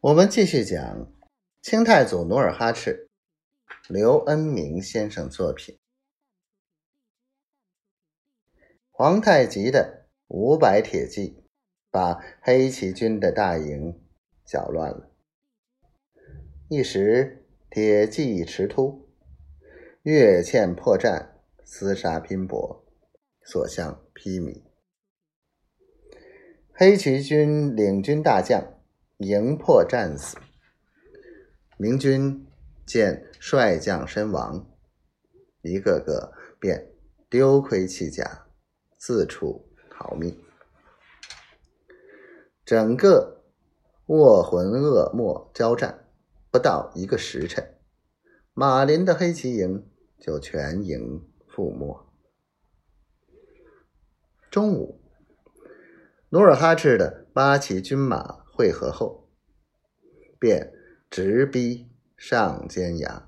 我们继续讲清太祖努尔哈赤，刘恩明先生作品。皇太极的500铁骑把黑旗军的大营搅乱了，一时铁骑驰突，越堑破战，厮杀拼搏，所向披靡。黑旗军领军大将营破战死，明军见帅将身亡，一个个便丢盔弃甲，四处逃命。整个卧魂噩魔交战不到1个时辰，马林的黑旗营就全营覆没。中午，努尔哈赤的8旗军马会合后，便直逼上尖崖。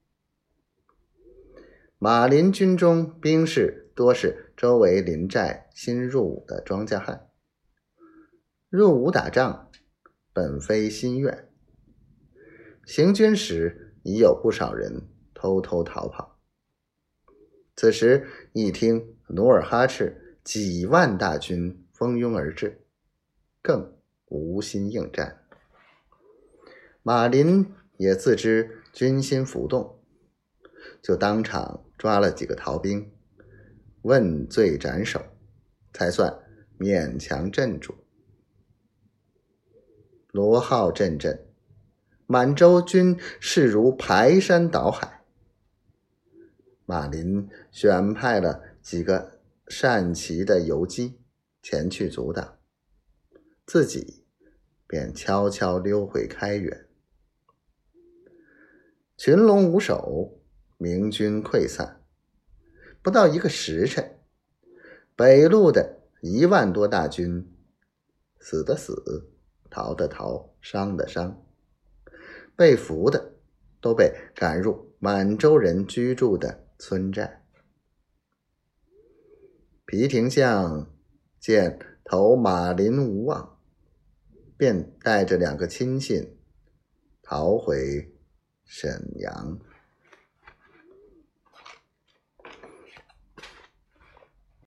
马林军中兵士多是周围邻寨新入伍的庄稼汉，入伍打仗本非心愿，行军时已有不少人偷偷逃跑。此时一听努尔哈赤几万大军蜂拥而至，更无心应战。马林也自知军心浮动，就当场抓了几个逃兵，问罪斩首，才算勉强镇住。罗号阵阵，满洲军势如排山倒海。马林选派了几个善骑的游击前去阻挡，自己便悄悄溜回开原。群龙无首，明军溃散，不到1个时辰，北路的1万多大军，死的死，逃的逃，伤的伤，被俘的都被赶入满洲人居住的村寨。皮廷相见投马林无望，便带着2个亲信逃回沈阳。